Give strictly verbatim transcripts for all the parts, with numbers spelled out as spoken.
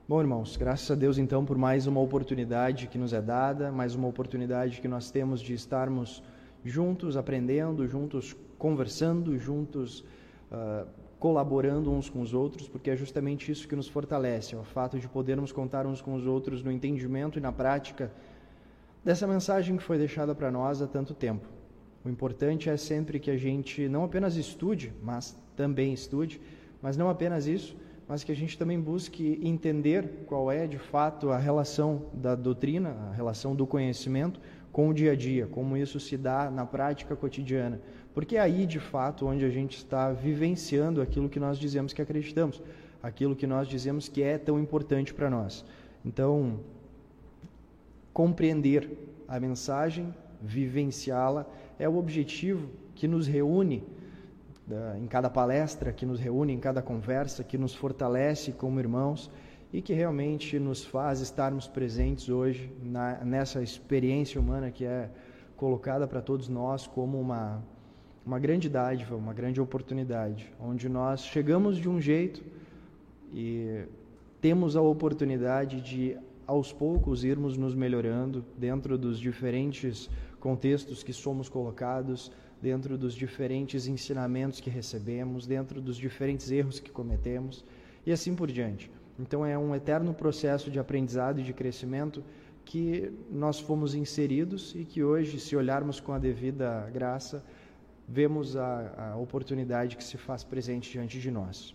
Bom, irmãos, graças a Deus, então, por mais uma oportunidade que nos é dada, mais uma oportunidade que nós temos de estarmos juntos, aprendendo, juntos conversando, juntos uh, colaborando uns com os outros, porque é justamente isso que nos fortalece, o fato de podermos contar uns com os outros no entendimento e na prática dessa mensagem que foi deixada para nós há tanto tempo. O importante é sempre que a gente não apenas estude, mas também estude, mas não apenas isso, mas que a gente também busque entender qual é, de fato, a relação da doutrina, a relação do conhecimento com o dia a dia, como isso se dá na prática cotidiana. Porque é aí, de fato, onde a gente está vivenciando aquilo que nós dizemos que acreditamos, aquilo que nós dizemos que é tão importante para nós. Então, compreender a mensagem, vivenciá-la, é o objetivo que nos reúne em cada palestra, que nos reúne em cada conversa, que nos fortalece como irmãos e que realmente nos faz estarmos presentes hoje na, nessa experiência humana que é colocada para todos nós como uma, uma grande dádiva, uma grande oportunidade, onde nós chegamos de um jeito e temos a oportunidade de, aos poucos, irmos nos melhorando dentro dos diferentes contextos que somos colocados, dentro dos diferentes ensinamentos que recebemos, dentro dos diferentes erros que cometemos e assim por diante. Então é um eterno processo de aprendizado e de crescimento que nós fomos inseridos e que hoje, se olharmos com a devida graça, vemos a, a oportunidade que se faz presente diante de nós.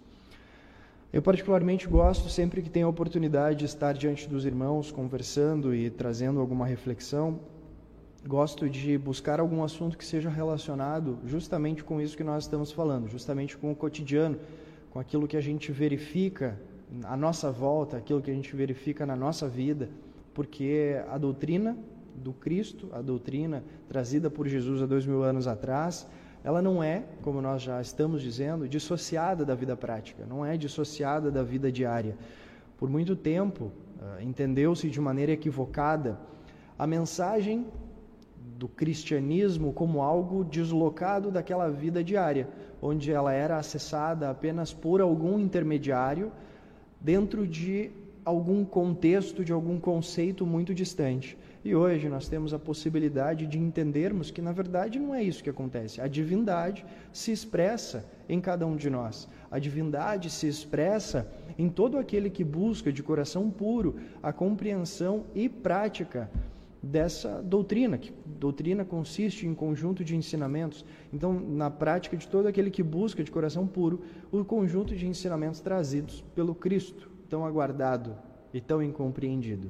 Eu particularmente gosto, sempre que tenho a oportunidade de estar diante dos irmãos, conversando e trazendo alguma reflexão, gosto de buscar algum assunto que seja relacionado justamente com isso que nós estamos falando, justamente com o cotidiano, com aquilo que a gente verifica à nossa volta, aquilo que a gente verifica na nossa vida, porque a doutrina do Cristo, a doutrina trazida por Jesus há dois mil anos atrás, ela não é, como nós já estamos dizendo, dissociada da vida prática, não é dissociada da vida diária. Por muito tempo, entendeu-se de maneira equivocada a mensagem do cristianismo como algo deslocado daquela vida diária, onde ela era acessada apenas por algum intermediário dentro de algum contexto, de algum conceito muito distante. E hoje nós temos a possibilidade de entendermos que, na verdade, não é isso que acontece. A divindade se expressa em cada um de nós. A divindade se expressa em todo aquele que busca de coração puro a compreensão e prática dessa doutrina, que doutrina consiste em conjunto de ensinamentos. Então, na prática de todo aquele que busca de coração puro o conjunto de ensinamentos trazidos pelo Cristo, tão aguardado e tão incompreendido.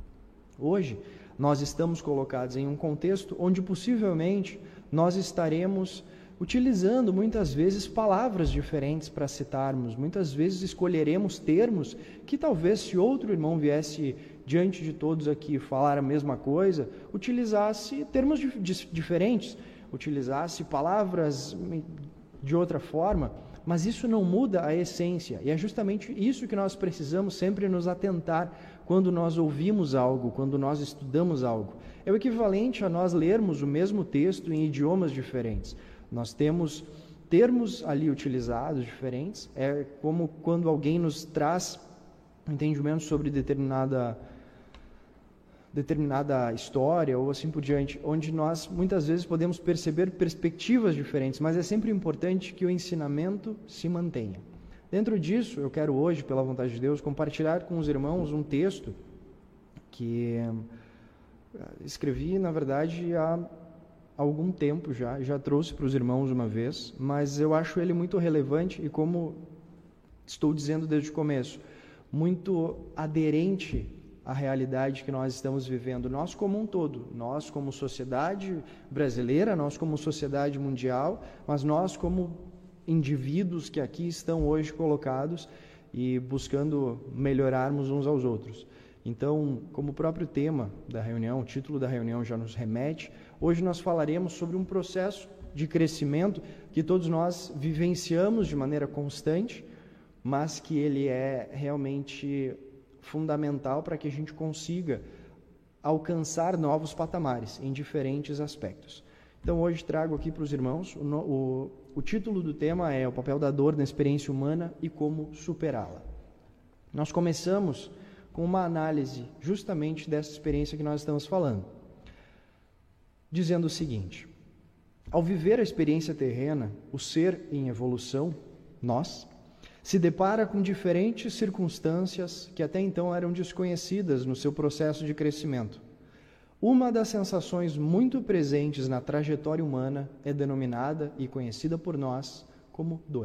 Hoje, nós estamos colocados em um contexto onde possivelmente nós estaremos utilizando muitas vezes palavras diferentes para citarmos, muitas vezes escolheremos termos que talvez, se outro irmão viesse diante de todos aqui falar a mesma coisa, utilizasse termos diferentes, utilizasse palavras de outra forma, mas isso não muda a essência, e é justamente isso que nós precisamos sempre nos atentar quando nós ouvimos algo, quando nós estudamos algo. É o equivalente a nós lermos o mesmo texto em idiomas diferentes. Nós temos termos ali utilizados diferentes, é como quando alguém nos traz entendimento sobre determinada determinada história ou assim por diante, onde nós muitas vezes podemos perceber perspectivas diferentes, mas é sempre importante que o ensinamento se mantenha. Dentro disso, eu quero hoje, pela vontade de Deus, compartilhar com os irmãos um texto que escrevi, na verdade, há algum tempo já, já trouxe para os irmãos uma vez, mas eu acho ele muito relevante e, como estou dizendo desde o começo, muito aderente à realidade que nós estamos vivendo, nós como um todo, nós como sociedade brasileira, nós como sociedade mundial, mas nós como indivíduos que aqui estão hoje colocados e buscando melhorarmos uns aos outros. Então, como o próprio tema da reunião, o título da reunião já nos remete, hoje nós falaremos sobre um processo de crescimento que todos nós vivenciamos de maneira constante, mas que ele é realmente fundamental para que a gente consiga alcançar novos patamares em diferentes aspectos. Então, hoje trago aqui para os irmãos, o, o, o título do tema é o papel da dor na experiência humana e como superá-la. Nós começamos com uma análise justamente dessa experiência que nós estamos falando, dizendo o seguinte: ao viver a experiência terrena, o ser em evolução, nós, se depara com diferentes circunstâncias que até então eram desconhecidas no seu processo de crescimento. Uma das sensações muito presentes na trajetória humana é denominada e conhecida por nós como dor.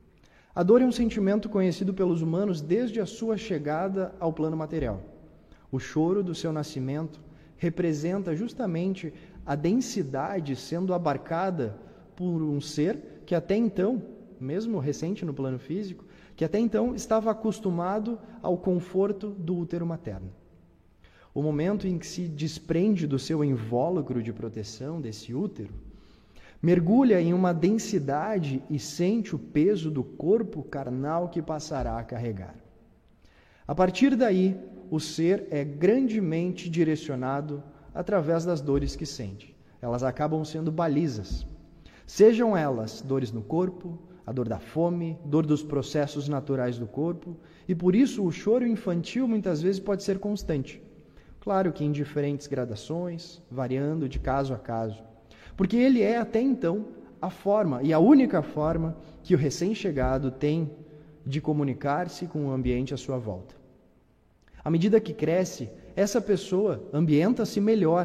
A dor é um sentimento conhecido pelos humanos desde a sua chegada ao plano material. O choro do seu nascimento representa justamente a densidade sendo abarcada por um ser que até então, mesmo recente no plano físico, que até então estava acostumado ao conforto do útero materno. O momento em que se desprende do seu invólucro de proteção, desse útero, mergulha em uma densidade e sente o peso do corpo carnal que passará a carregar. A partir daí, o ser é grandemente direcionado através das dores que sente. Elas acabam sendo balizas. Sejam elas dores no corpo, a dor da fome, dor dos processos naturais do corpo, e por isso o choro infantil muitas vezes pode ser constante. Claro que em diferentes gradações, variando de caso a caso, porque ele é até então a forma, e a única forma, que o recém-chegado tem de comunicar-se com o ambiente à sua volta. À medida que cresce, essa pessoa ambienta-se melhor,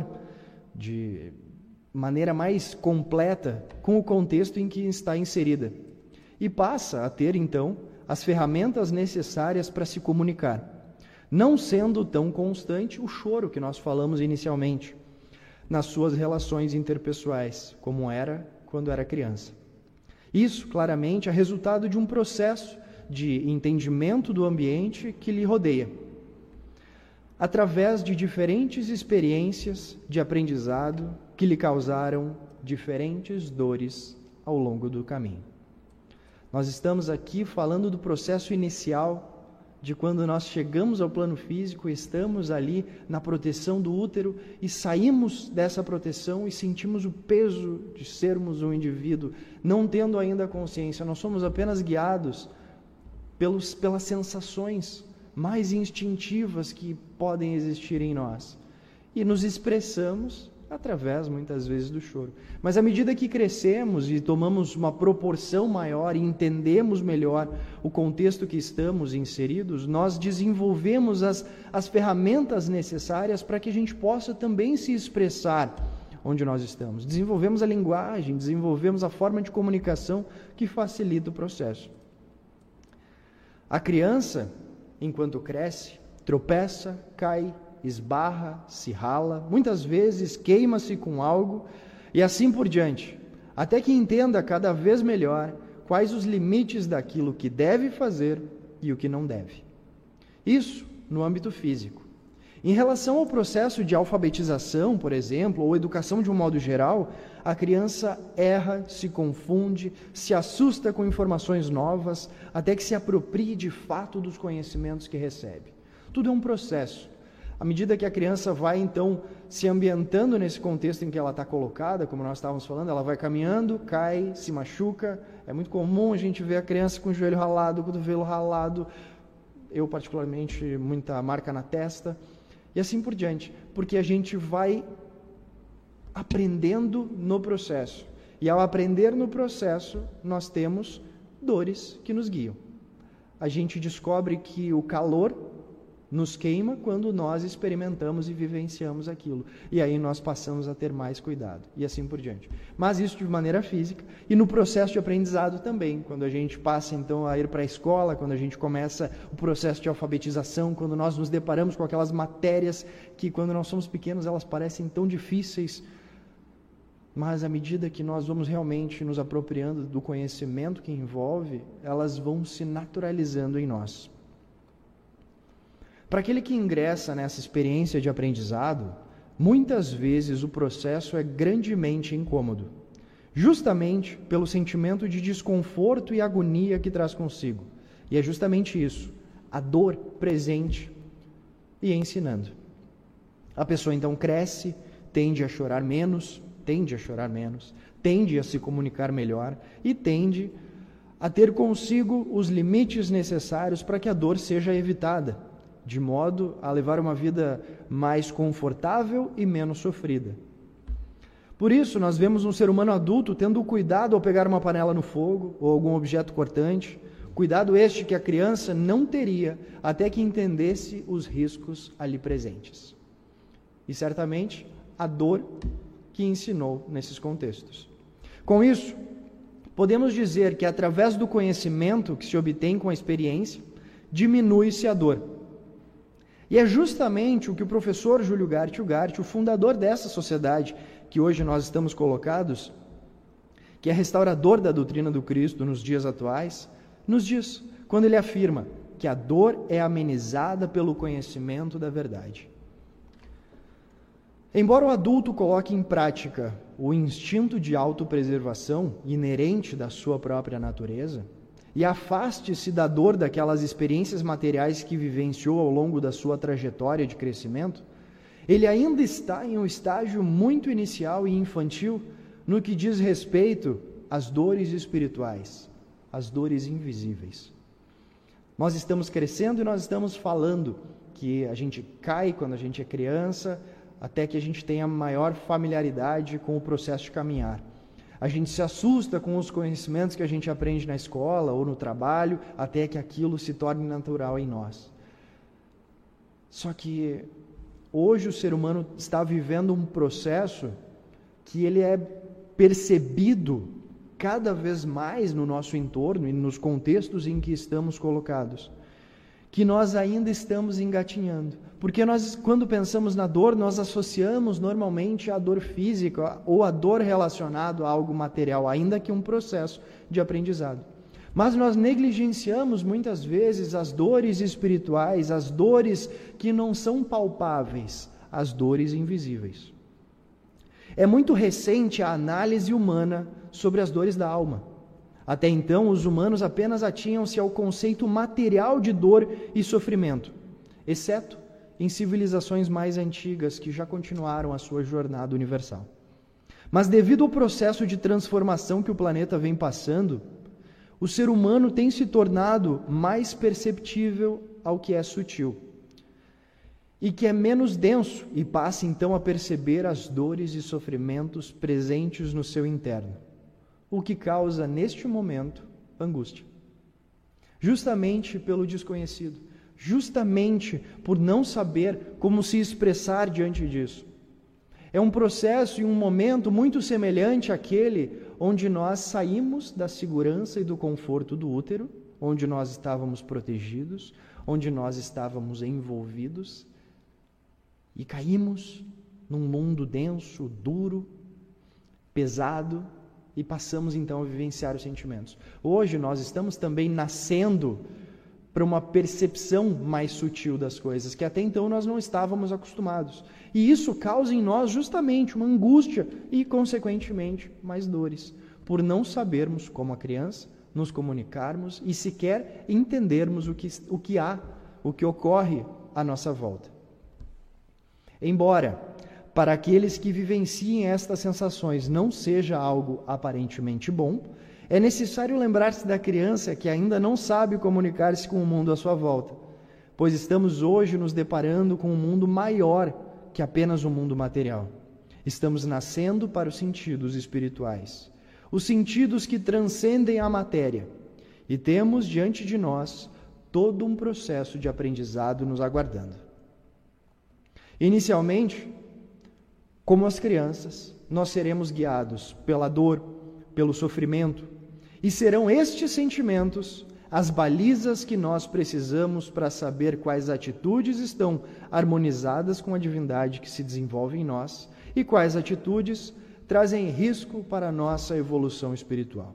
de maneira mais completa, com o contexto em que está inserida, e passa a ter, então, as ferramentas necessárias para se comunicar, não sendo tão constante o choro que nós falamos inicialmente, nas suas relações interpessoais, como era quando era criança. Isso, claramente, é resultado de um processo de entendimento do ambiente que lhe rodeia, através de diferentes experiências de aprendizado que lhe causaram diferentes dores ao longo do caminho. Nós estamos aqui falando do processo inicial de quando nós chegamos ao plano físico, estamos ali na proteção do útero e saímos dessa proteção e sentimos o peso de sermos um indivíduo, não tendo ainda consciência. Nós somos apenas guiados pelos, pelas sensações mais instintivas que podem existir em nós. E nos expressamos através, muitas vezes, do choro. Mas à medida que crescemos e tomamos uma proporção maior e entendemos melhor o contexto que estamos inseridos, nós desenvolvemos as, as ferramentas necessárias para que a gente possa também se expressar onde nós estamos. Desenvolvemos a linguagem, desenvolvemos a forma de comunicação que facilita o processo. A criança, enquanto cresce, tropeça, cai, esbarra, se rala, muitas vezes queima-se com algo e assim por diante, até que entenda cada vez melhor quais os limites daquilo que deve fazer e o que não deve. Isso no âmbito físico. Em relação ao processo de alfabetização, por exemplo, ou educação de um modo geral, a criança erra, se confunde, se assusta com informações novas, até que se aproprie de fato dos conhecimentos que recebe. Tudo é um processo. À medida que a criança vai, então, se ambientando nesse contexto em que ela está colocada, como nós estávamos falando, ela vai caminhando, cai, se machuca. É muito comum a gente ver a criança com o joelho ralado, o cotovelo ralado, eu particularmente, muita marca na testa, e assim por diante, porque a gente vai aprendendo no processo. E ao aprender no processo, nós temos dores que nos guiam. A gente descobre que o calor nos queima quando nós experimentamos e vivenciamos aquilo. E aí nós passamos a ter mais cuidado, e assim por diante. Mas isso de maneira física, e no processo de aprendizado também, quando a gente passa então a ir para a escola, quando a gente começa o processo de alfabetização, quando nós nos deparamos com aquelas matérias que quando nós somos pequenos elas parecem tão difíceis, mas à medida que nós vamos realmente nos apropriando do conhecimento que envolve, elas vão se naturalizando em nós. Para aquele que ingressa nessa experiência de aprendizado, muitas vezes o processo é grandemente incômodo, justamente pelo sentimento de desconforto e agonia que traz consigo. E é justamente isso, a dor presente e ensinando. A pessoa então cresce, tende a chorar menos, tende a chorar menos, tende a se comunicar melhor e tende a ter consigo os limites necessários para que a dor seja evitada. de modo a levar uma vida mais confortável e menos sofrida. Por isso, nós vemos um ser humano adulto tendo cuidado ao pegar uma panela no fogo ou algum objeto cortante, cuidado este que a criança não teria até que entendesse os riscos ali presentes. E certamente a dor que ensinou nesses contextos. Com isso, podemos dizer que através do conhecimento que se obtém com a experiência, diminui-se a dor. E é justamente o que o professor Júlio Gart-Ugart, o fundador dessa sociedade que hoje nós estamos colocados, que é restaurador da doutrina do Cristo nos dias atuais, nos diz, quando ele afirma que a dor é amenizada pelo conhecimento da verdade. Embora o adulto coloque em prática o instinto de autopreservação inerente da sua própria natureza e afaste-se da dor daquelas experiências materiais que vivenciou ao longo da sua trajetória de crescimento, ele ainda está em um estágio muito inicial e infantil no que diz respeito às dores espirituais, às dores invisíveis. Nós estamos crescendo e nós estamos falando que a gente cai quando a gente é criança, até que a gente tenha maior familiaridade com o processo de caminhar. A gente se assusta com os conhecimentos que a gente aprende na escola ou no trabalho, até que aquilo se torne natural em nós. Só que hoje o ser humano está vivendo um processo que ele é percebido cada vez mais no nosso entorno e nos contextos em que estamos colocados, que nós ainda estamos engatinhando. Porque nós, quando pensamos na dor, nós associamos normalmente a dor física ou a dor relacionada a algo material, ainda que um processo de aprendizado. Mas nós negligenciamos muitas vezes as dores espirituais, as dores que não são palpáveis, as dores invisíveis. É muito recente a análise humana sobre as dores da alma. Até então, os humanos apenas atinham-se ao conceito material de dor e sofrimento, exceto em civilizações mais antigas que já continuaram a sua jornada universal. Mas devido ao processo de transformação que o planeta vem passando, o ser humano tem se tornado mais perceptível ao que é sutil e que é menos denso, e passa então a perceber as dores e sofrimentos presentes no seu interno, o que causa neste momento angústia, justamente pelo desconhecido, justamente por não saber como se expressar diante disso. É um processo e um momento muito semelhante àquele onde nós saímos da segurança e do conforto do útero, onde nós estávamos protegidos, onde nós estávamos envolvidos, e caímos num mundo denso, duro, pesado, e passamos então a vivenciar os sentimentos. Hoje nós estamos também nascendo para uma percepção mais sutil das coisas, que até então nós não estávamos acostumados. E isso causa em nós justamente uma angústia e, consequentemente, mais dores, por não sabermos, como a criança, nos comunicarmos e sequer entendermos o que, o que há, o que ocorre à nossa volta. Embora, para aqueles que vivenciem estas sensações não seja algo aparentemente bom, é necessário lembrar-se da criança que ainda não sabe comunicar-se com o mundo à sua volta, pois estamos hoje nos deparando com um mundo maior que apenas o mundo material. Estamos nascendo para os sentidos espirituais, os sentidos que transcendem a matéria, e temos diante de nós todo um processo de aprendizado nos aguardando. Inicialmente, como as crianças, nós seremos guiados pela dor, pelo sofrimento, e serão estes sentimentos as balizas que nós precisamos para saber quais atitudes estão harmonizadas com a divindade que se desenvolve em nós e quais atitudes trazem risco para a nossa evolução espiritual.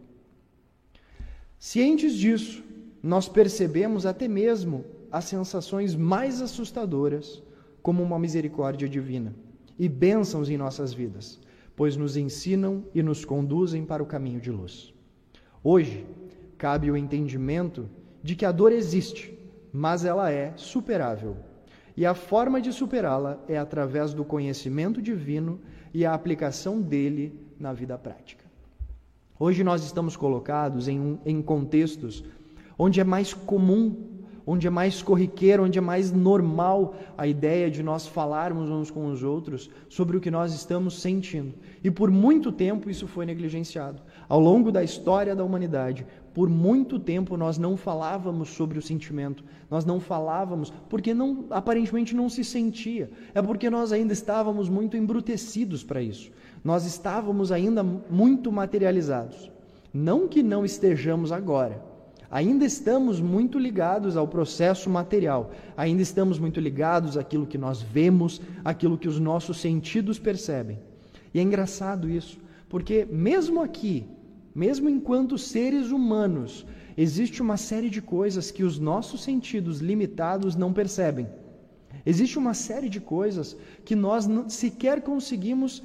Cientes disso, nós percebemos até mesmo as sensações mais assustadoras como uma misericórdia divina e bênçãos em nossas vidas, pois nos ensinam e nos conduzem para o caminho de luz. Hoje, cabe o entendimento de que a dor existe, mas ela é superável. E a forma de superá-la é através do conhecimento divino e a aplicação dele na vida prática. Hoje nós estamos colocados em, um, em contextos onde é mais comum, onde é mais corriqueiro, onde é mais normal a ideia de nós falarmos uns com os outros sobre o que nós estamos sentindo. E por muito tempo isso foi negligenciado. Ao longo da história da humanidade, por muito tempo nós não falávamos sobre o sentimento, nós não falávamos porque não, aparentemente não se sentia. É porque nós ainda estávamos muito embrutecidos para isso. Nós estávamos ainda muito materializados. Não que não estejamos agora. Ainda estamos muito ligados ao processo material. Ainda estamos muito ligados àquilo que nós vemos, àquilo que os nossos sentidos percebem. E é engraçado isso, porque mesmo aqui, mesmo enquanto seres humanos, existe uma série de coisas que os nossos sentidos limitados não percebem. Existe uma série de coisas que nós não, sequer conseguimos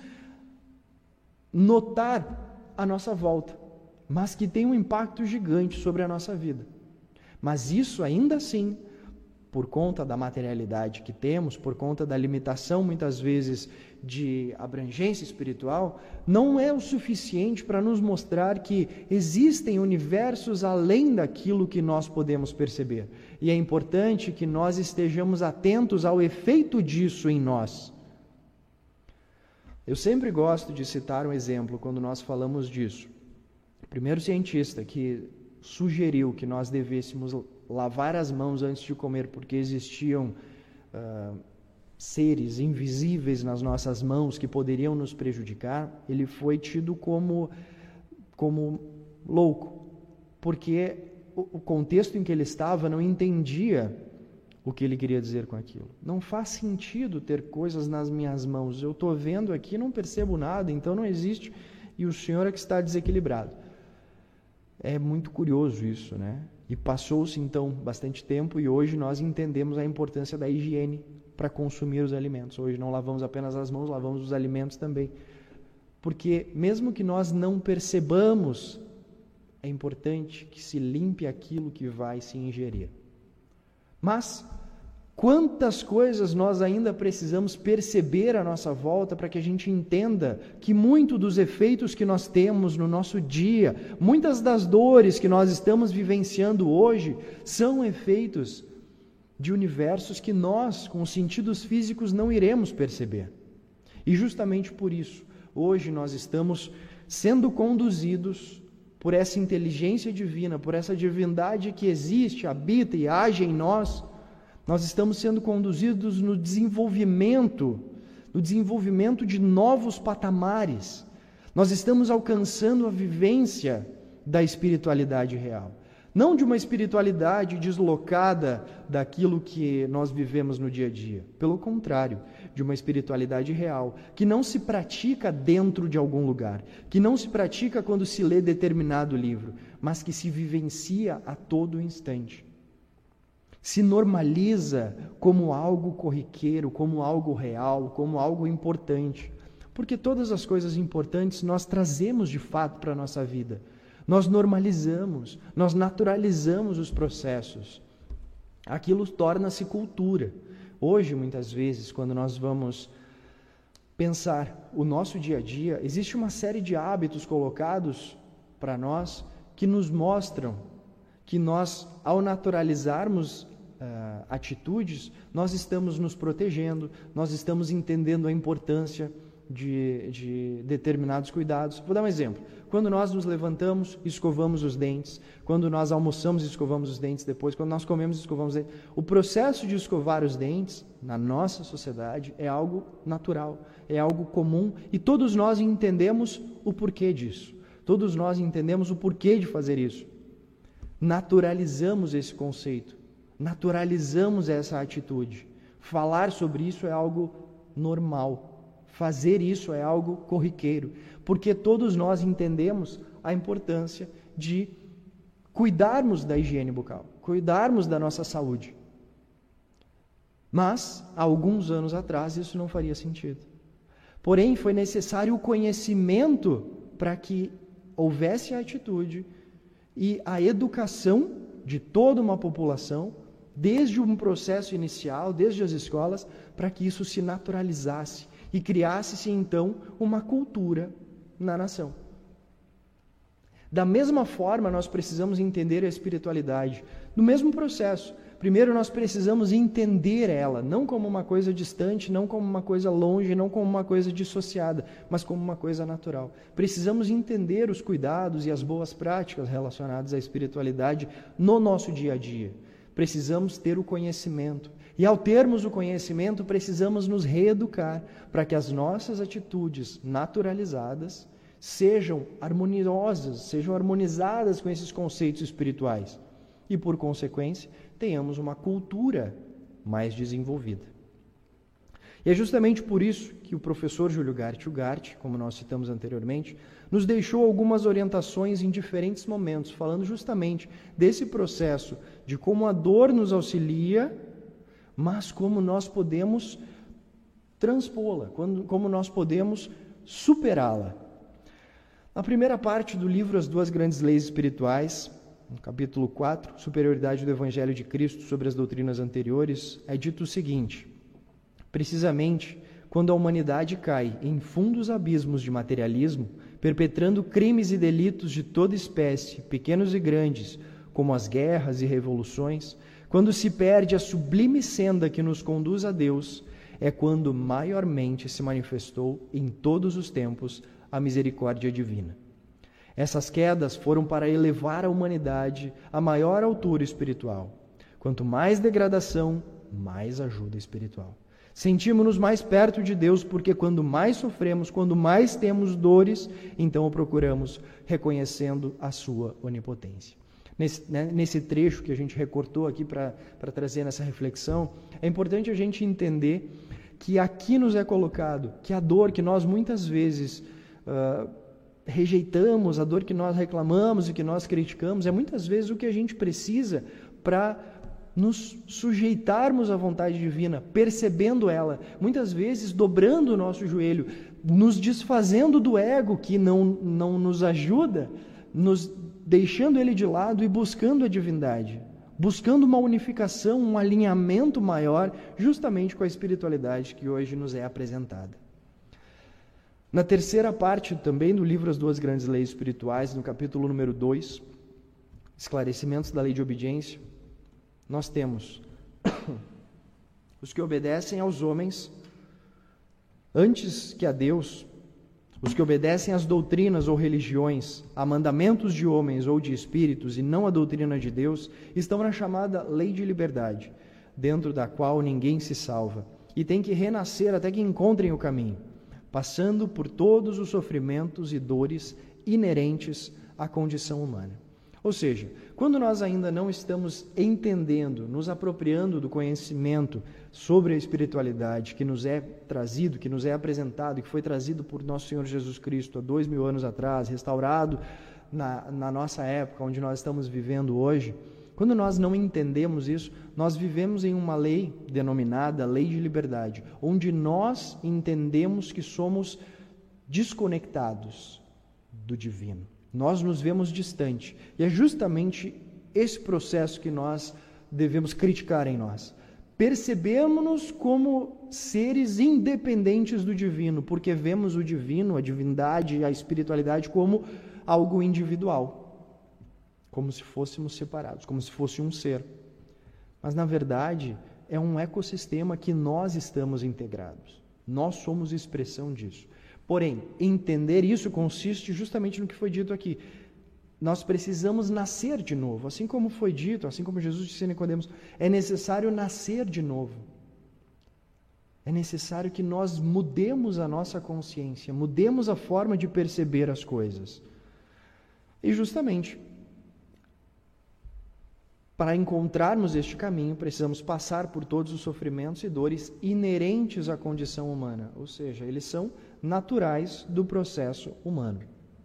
notar à nossa volta, mas que tem um impacto gigante sobre a nossa vida. Mas isso ainda assim, por conta da materialidade que temos, por conta da limitação muitas vezes de abrangência espiritual, não é o suficiente para nos mostrar que existem universos além daquilo que nós podemos perceber. E é importante que nós estejamos atentos ao efeito disso em nós. Eu sempre gosto de citar um exemplo quando nós falamos disso. O primeiro cientista que sugeriu que nós devêssemos lavar as mãos antes de comer, porque existiam uh, seres invisíveis nas nossas mãos que poderiam nos prejudicar, ele foi tido como, como louco, porque o, o contexto em que ele estava não entendia o que ele queria dizer com aquilo. Não faz sentido ter coisas nas minhas mãos, eu estou vendo aqui, não percebo nada, então não existe, e o Senhor é que está desequilibrado. É muito curioso isso, né? E passou-se então bastante tempo e hoje nós entendemos a importância da higiene para consumir os alimentos. Hoje não lavamos apenas as mãos, lavamos os alimentos também. Porque mesmo que nós não percebamos, é importante que se limpe aquilo que vai se ingerir. Mas quantas coisas nós ainda precisamos perceber à nossa volta para que a gente entenda que muito dos efeitos que nós temos no nosso dia, muitas das dores que nós estamos vivenciando hoje, são efeitos de universos que nós, com os sentidos físicos, não iremos perceber. E justamente por isso, hoje nós estamos sendo conduzidos por essa inteligência divina, por essa divindade que existe, habita e age em nós. Nós estamos sendo conduzidos no desenvolvimento, no desenvolvimento de novos patamares. Nós estamos alcançando a vivência da espiritualidade real. Não de uma espiritualidade deslocada daquilo que nós vivemos no dia a dia. Pelo contrário, de uma espiritualidade real, que não se pratica dentro de algum lugar, que não se pratica quando se lê determinado livro, mas que se vivencia a todo instante. Se normaliza como algo corriqueiro, como algo real, como algo importante. Porque todas as coisas importantes nós trazemos de fato para a nossa vida. Nós normalizamos, nós naturalizamos os processos. Aquilo torna-se cultura. Hoje, muitas vezes, quando nós vamos pensar o nosso dia a dia, existe uma série de hábitos colocados para nós que nos mostram que nós, ao naturalizarmos Uh, atitudes, nós estamos nos protegendo, nós estamos entendendo a importância de, de determinados cuidados. Vou dar um exemplo. Quando nós nos levantamos, escovamos os dentes. Quando nós almoçamos, escovamos os dentes depois. Quando nós comemos, escovamos os dentes. O processo de escovar os dentes, na nossa sociedade, é algo natural, é algo comum e todos nós entendemos o porquê disso. Todos nós entendemos o porquê de fazer isso. Naturalizamos esse conceito. Naturalizamos essa atitude. Falar sobre isso é algo normal. Fazer isso é algo corriqueiro. Porque todos nós entendemos a importância de cuidarmos da higiene bucal, cuidarmos da nossa saúde. Mas, há alguns anos atrás, isso não faria sentido. Porém, foi necessário o conhecimento para que houvesse a atitude e a educação de toda uma população, desde um processo inicial, desde as escolas, para que isso se naturalizasse e criasse-se então uma cultura na nação. Da mesma forma, nós precisamos entender a espiritualidade, no mesmo processo, primeiro nós precisamos entender ela, não como uma coisa distante, não como uma coisa longe, não como uma coisa dissociada, mas como uma coisa natural. Precisamos entender os cuidados e as boas práticas relacionadas à espiritualidade no nosso dia a dia. Precisamos ter o conhecimento. E ao termos o conhecimento, precisamos nos reeducar para que as nossas atitudes naturalizadas sejam harmoniosas, sejam harmonizadas com esses conceitos espirituais. E, por consequência, tenhamos uma cultura mais desenvolvida. E é justamente por isso que o professor Júlio Gart Ugarte, como nós citamos anteriormente, nos deixou algumas orientações em diferentes momentos, falando justamente desse processo de como a dor nos auxilia, mas como nós podemos transpô-la, como nós podemos superá-la. Na primeira parte do livro As Duas Grandes Leis Espirituais, no capítulo quatro, Superioridade do Evangelho de Cristo sobre as doutrinas anteriores, é dito o seguinte: precisamente quando a humanidade cai em fundos abismos de materialismo, perpetrando crimes e delitos de toda espécie, pequenos e grandes, como as guerras e revoluções, quando se perde a sublime senda que nos conduz a Deus, é quando maiormente se manifestou em todos os tempos a misericórdia divina. Essas quedas foram para elevar a humanidade à maior altura espiritual. Quanto mais degradação, mais ajuda espiritual. Sentimos-nos mais perto de Deus porque quando mais sofremos, quando mais temos dores, então o procuramos reconhecendo a sua onipotência. Nesse, né, nesse trecho que a gente recortou aqui para trazer nessa reflexão, é importante a gente entender que aqui nos é colocado que a dor que nós muitas vezes uh, rejeitamos, a dor que nós reclamamos e que nós criticamos, é muitas vezes o que a gente precisa para nos sujeitarmos à vontade divina, percebendo ela, muitas vezes dobrando o nosso joelho, nos desfazendo do ego que não, não nos ajuda, nos deixando ele de lado e buscando a divindade, buscando uma unificação, um alinhamento maior, justamente com a espiritualidade que hoje nos é apresentada. Na terceira parte também do livro As Duas Grandes Leis Espirituais, no capítulo número dois, Esclarecimentos da Lei de Obediência, nós temos os que obedecem aos homens antes que a Deus, os que obedecem às doutrinas ou religiões, a mandamentos de homens ou de espíritos e não à doutrina de Deus, estão na chamada lei de liberdade, dentro da qual ninguém se salva e tem que renascer até que encontrem o caminho, passando por todos os sofrimentos e dores inerentes à condição humana. Ou seja, quando nós ainda não estamos entendendo, nos apropriando do conhecimento sobre a espiritualidade que nos é trazido, que nos é apresentado, que foi trazido por nosso Senhor Jesus Cristo há dois mil anos atrás, restaurado na, na nossa época, onde nós estamos vivendo hoje, quando nós não entendemos isso, nós vivemos em uma lei denominada Lei de Liberdade, onde nós entendemos que somos desconectados do divino. Nós nos vemos distante. E é justamente esse processo que nós devemos criticar em nós. Percebemos-nos como seres independentes do divino, porque vemos o divino, a divindade, a espiritualidade como algo individual, como se fôssemos separados, como se fosse um ser. Mas, na verdade, é um ecossistema que nós estamos integrados. Nós somos expressão disso. Porém, entender isso consiste justamente no que foi dito aqui. Nós precisamos nascer de novo. Assim como foi dito, assim como Jesus disse a Nicodemos, é necessário nascer de novo. É necessário que nós mudemos a nossa consciência, mudemos a forma de perceber as coisas. E justamente, para encontrarmos este caminho, precisamos passar por todos os sofrimentos e dores inerentes à condição humana. Ou seja, eles são naturais do processo humano.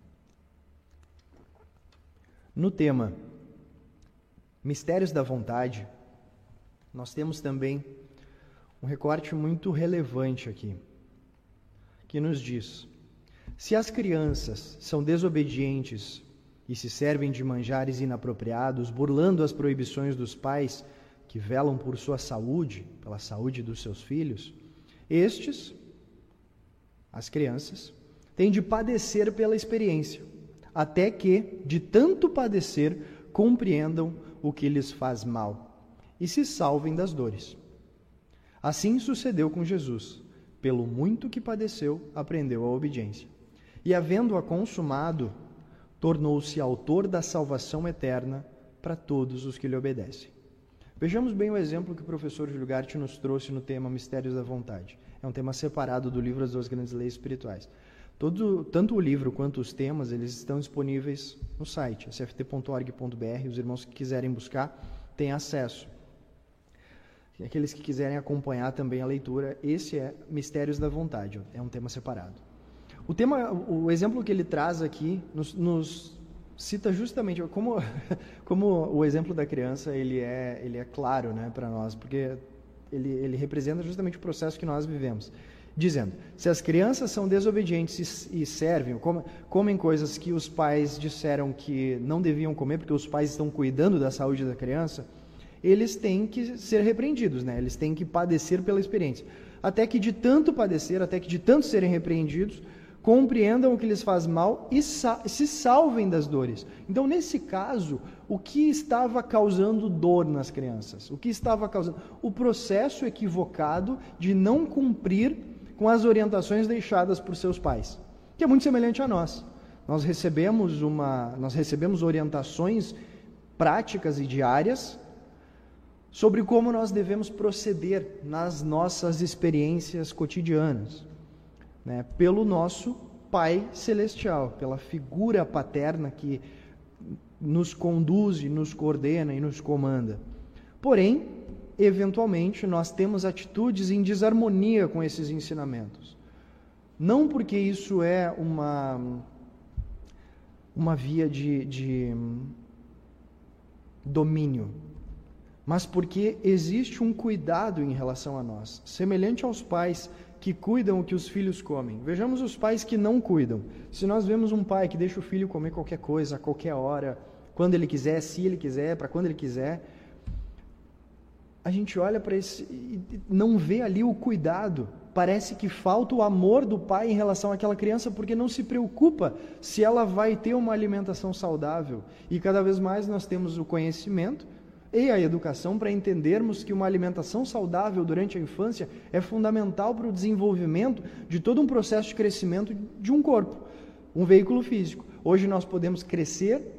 No tema Mistérios da Vontade, nós temos também um recorte muito relevante aqui, que nos diz: se as crianças são desobedientes e se servem de manjares inapropriados, burlando as proibições dos pais que velam por sua saúde, pela saúde dos seus filhos, estes, as crianças, têm de padecer pela experiência, até que, de tanto padecer, compreendam o que lhes faz mal e se salvem das dores. Assim sucedeu com Jesus. Pelo muito que padeceu, aprendeu a obediência. E, havendo-a consumado, tornou-se autor da salvação eterna para todos os que lhe obedecem. Vejamos bem o exemplo que o professor Júlio Gart nos trouxe no tema Mistérios da Vontade. É um tema separado do livro As Duas Grandes Leis Espirituais. Todo, tanto o livro quanto os temas, eles estão disponíveis no site, s f t ponto org ponto b r. Os irmãos que quiserem buscar têm acesso. E aqueles que quiserem acompanhar também a leitura, esse é Mistérios da Vontade, é um tema separado. O tema, o exemplo que ele traz aqui nos, nos cita justamente, como, como o exemplo da criança, ele é, ele é claro, né, para nós, porque ele, ele representa justamente o processo que nós vivemos. Dizendo, se as crianças são desobedientes e, e servem, comem, comem coisas que os pais disseram que não deviam comer, porque os pais estão cuidando da saúde da criança, eles têm que ser repreendidos, né? Eles têm que padecer pela experiência. Até que de tanto padecer, até que de tanto serem repreendidos, compreendam o que lhes faz mal e sa- se salvem das dores. Então, nesse caso, o que estava causando dor nas crianças? O que estava causando? O processo equivocado de não cumprir com as orientações deixadas por seus pais, que é muito semelhante a nós. Nós recebemos, uma, nós recebemos orientações práticas e diárias sobre como nós devemos proceder nas nossas experiências cotidianas, né, pelo nosso Pai Celestial, pela figura paterna que nos conduz, nos coordena e nos comanda. Porém, eventualmente, nós temos atitudes em desarmonia com esses ensinamentos. Não porque isso é uma, uma via de, de domínio, mas porque existe um cuidado em relação a nós, semelhante aos pais que cuidam o que os filhos comem. Vejamos os pais que não cuidam. Se nós vemos um pai que deixa o filho comer qualquer coisa, a qualquer hora, quando ele quiser, se ele quiser, para quando ele quiser, a gente olha para esse e não vê ali o cuidado. Parece que falta o amor do pai em relação àquela criança, porque não se preocupa se ela vai ter uma alimentação saudável. E cada vez mais nós temos o conhecimento e a educação para entendermos que uma alimentação saudável durante a infância é fundamental para o desenvolvimento de todo um processo de crescimento de um corpo, um veículo físico. Hoje nós podemos crescer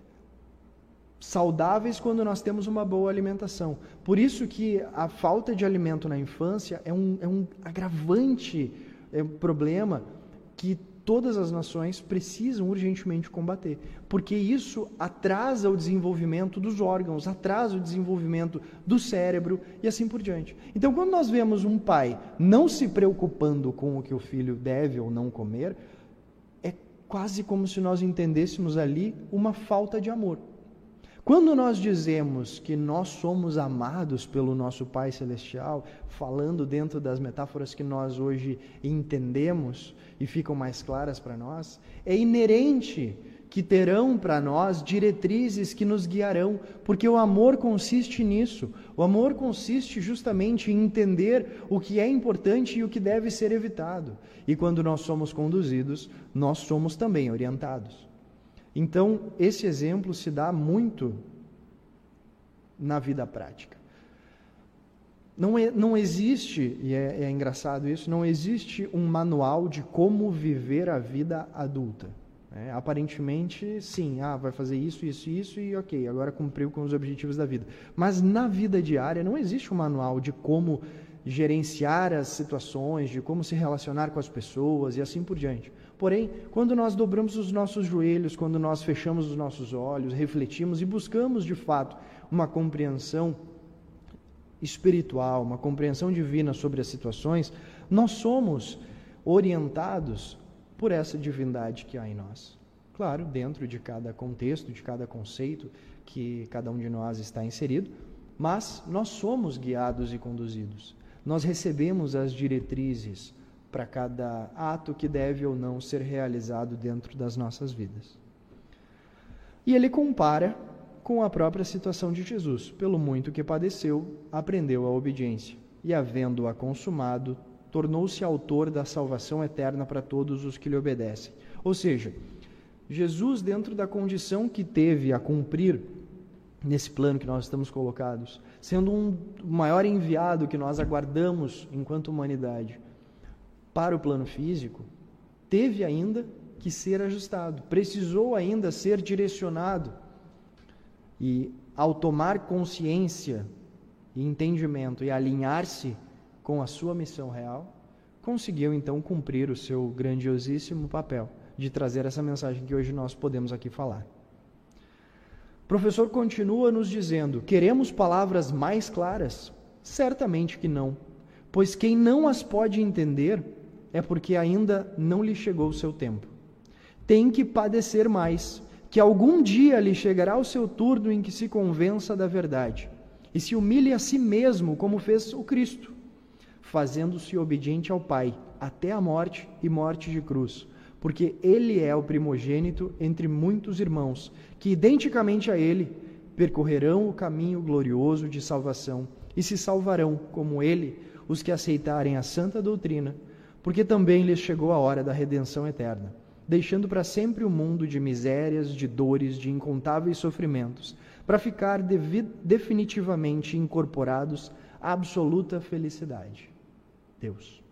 saudáveis quando nós temos uma boa alimentação. Por isso que a falta de alimento na infância é um, é um agravante é um problema que todas as nações precisam urgentemente combater, porque isso atrasa o desenvolvimento dos órgãos, atrasa o desenvolvimento do cérebro e assim por diante. Então, quando nós vemos um pai não se preocupando com o que o filho deve ou não comer, é quase como se nós entendêssemos ali uma falta de amor. Quando nós dizemos que nós somos amados pelo nosso Pai Celestial, falando dentro das metáforas que nós hoje entendemos e ficam mais claras para nós, é inerente que terão para nós diretrizes que nos guiarão, porque o amor consiste nisso. O amor consiste justamente em entender o que é importante e o que deve ser evitado. E quando nós somos conduzidos, nós somos também orientados. Então, esse exemplo se dá muito na vida prática. Não, é, não existe, e é, é engraçado isso, não existe um manual de como viver a vida adulta. É, aparentemente, sim, ah, vai fazer isso, isso, isso e ok, agora cumpriu com os objetivos da vida. Mas na vida diária não existe um manual de como gerenciar as situações, de como se relacionar com as pessoas e assim por diante. Porém, quando nós dobramos os nossos joelhos, quando nós fechamos os nossos olhos, refletimos e buscamos de fato uma compreensão espiritual, uma compreensão divina sobre as situações, nós somos orientados por essa divindade que há em nós. Claro, dentro de cada contexto, de cada conceito que cada um de nós está inserido, mas nós somos guiados e conduzidos. Nós recebemos as diretrizes para cada ato que deve ou não ser realizado dentro das nossas vidas. E ele compara com a própria situação de Jesus. Pelo muito que padeceu, aprendeu a obediência, e havendo-a consumado, tornou-se autor da salvação eterna para todos os que lhe obedecem. Ou seja, Jesus, dentro da condição que teve a cumprir nesse plano que nós estamos colocados, sendo um maior enviado que nós aguardamos enquanto humanidade para o plano físico, teve ainda que ser ajustado, precisou ainda ser direcionado. E ao tomar consciência e entendimento e alinhar-se com a sua missão real, conseguiu então cumprir o seu grandiosíssimo papel de trazer essa mensagem que hoje nós podemos aqui falar. O professor continua nos dizendo: queremos palavras mais claras? Certamente que não, pois quem não as pode entender é porque ainda não lhe chegou o seu tempo. Tem que padecer mais, que algum dia lhe chegará o seu turno em que se convença da verdade e se humilhe a si mesmo, como fez o Cristo, fazendo-se obediente ao Pai até a morte e morte de cruz, porque ele é o primogênito entre muitos irmãos, que identicamente a ele percorrerão o caminho glorioso de salvação e se salvarão, como ele, os que aceitarem a santa doutrina, porque também lhes chegou a hora da redenção eterna, deixando para sempre o mundo de misérias, de dores, de incontáveis sofrimentos, para ficar definitivamente incorporados à absoluta felicidade. Deus.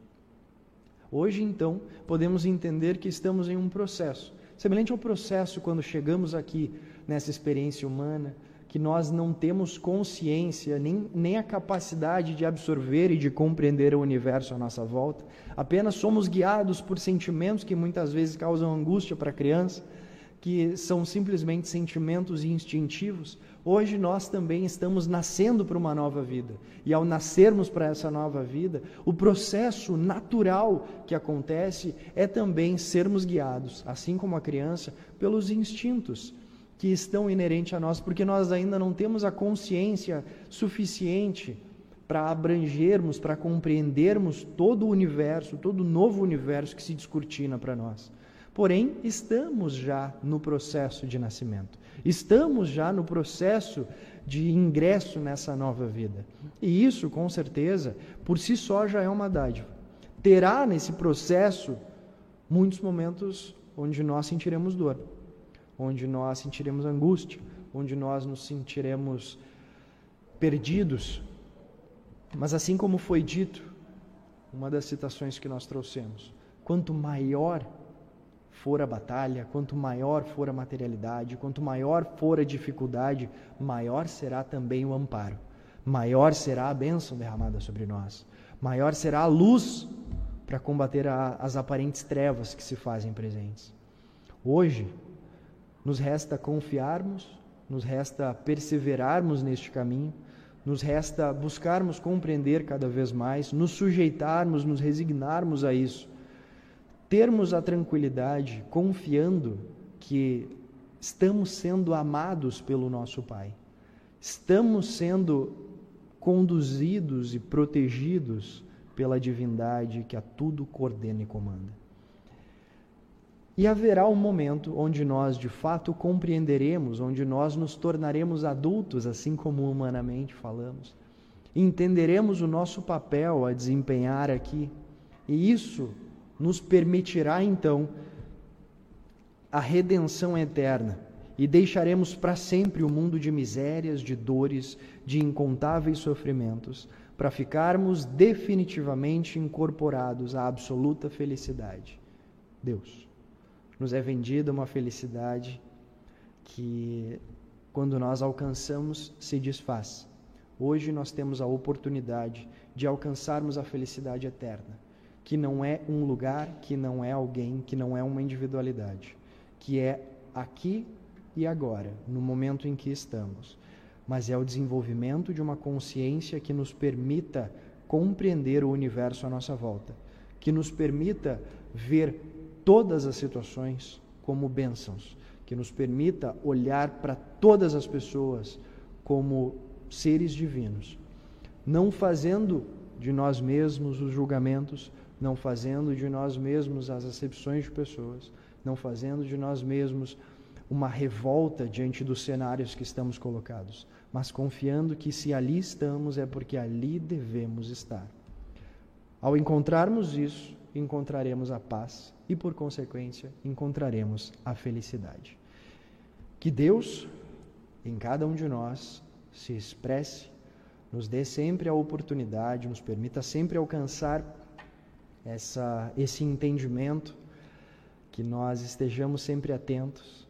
Hoje, então, podemos entender que estamos em um processo, semelhante ao processo quando chegamos aqui nessa experiência humana, que nós não temos consciência, nem, nem a capacidade de absorver e de compreender o universo à nossa volta, apenas somos guiados por sentimentos que muitas vezes causam angústia para a criança, que são simplesmente sentimentos instintivos. Hoje nós também estamos nascendo para uma nova vida, e ao nascermos para essa nova vida, o processo natural que acontece é também sermos guiados, assim como a criança, pelos instintos que estão inerentes a nós, porque nós ainda não temos a consciência suficiente para abrangermos, para compreendermos todo o universo, todo o novo universo que se descortina para nós. Porém, estamos já no processo de nascimento, estamos já no processo de ingresso nessa nova vida. E isso, com certeza, por si só já é uma dádiva. Terá nesse processo muitos momentos onde nós sentiremos dor, onde nós sentiremos angústia, onde nós nos sentiremos perdidos. Mas assim como foi dito, uma das citações que nós trouxemos, quanto maior for a batalha, quanto maior for a materialidade, quanto maior for a dificuldade, maior será também o amparo, maior será a bênção derramada sobre nós, maior será a luz para combater a, as aparentes trevas que se fazem presentes. Hoje, nos resta confiarmos, nos resta perseverarmos neste caminho, nos resta buscarmos compreender cada vez mais, nos sujeitarmos, nos resignarmos a isso, termos a tranquilidade, confiando que estamos sendo amados pelo nosso Pai, estamos sendo conduzidos e protegidos pela divindade que a tudo coordena e comanda. E haverá um momento onde nós de fato compreenderemos, onde nós nos tornaremos adultos, assim como humanamente falamos, e entenderemos o nosso papel a desempenhar aqui, e isso nos permitirá então a redenção eterna, e deixaremos para sempre o mundo de misérias, de dores, de incontáveis sofrimentos, para ficarmos definitivamente incorporados à absoluta felicidade. Deus. Nos é vendida uma felicidade que, quando nós alcançamos, se desfaz. Hoje nós temos a oportunidade de alcançarmos a felicidade eterna, que não é um lugar, que não é alguém, que não é uma individualidade, que é aqui e agora, no momento em que estamos. Mas é o desenvolvimento de uma consciência que nos permita compreender o universo à nossa volta, que nos permita ver todas as situações como bênçãos, que nos permita olhar para todas as pessoas como seres divinos, não fazendo de nós mesmos os julgamentos, não fazendo de nós mesmos as acepções de pessoas, não fazendo de nós mesmos uma revolta diante dos cenários que estamos colocados, mas confiando que se ali estamos é porque ali devemos estar. Ao encontrarmos isso, encontraremos a paz e, por consequência, encontraremos a felicidade. Que Deus, em cada um de nós se expresse, nos dê sempre a oportunidade, nos permita sempre alcançar essa, esse entendimento, que nós estejamos sempre atentos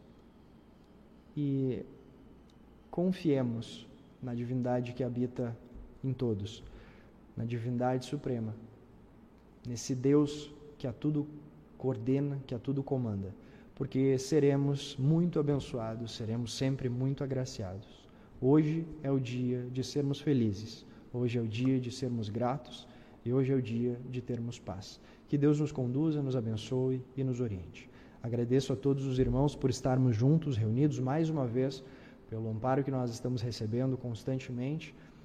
e confiemos na divindade que habita em todos, na divindade suprema, nesse Deus que a tudo coordena, que a tudo comanda, porque seremos muito abençoados, seremos sempre muito agraciados. Hoje é o dia de sermos felizes, hoje é o dia de sermos gratos e hoje é o dia de termos paz. Que Deus nos conduza, nos abençoe e nos oriente. Agradeço a todos os irmãos por estarmos juntos, reunidos mais uma vez, pelo amparo que nós estamos recebendo constantemente.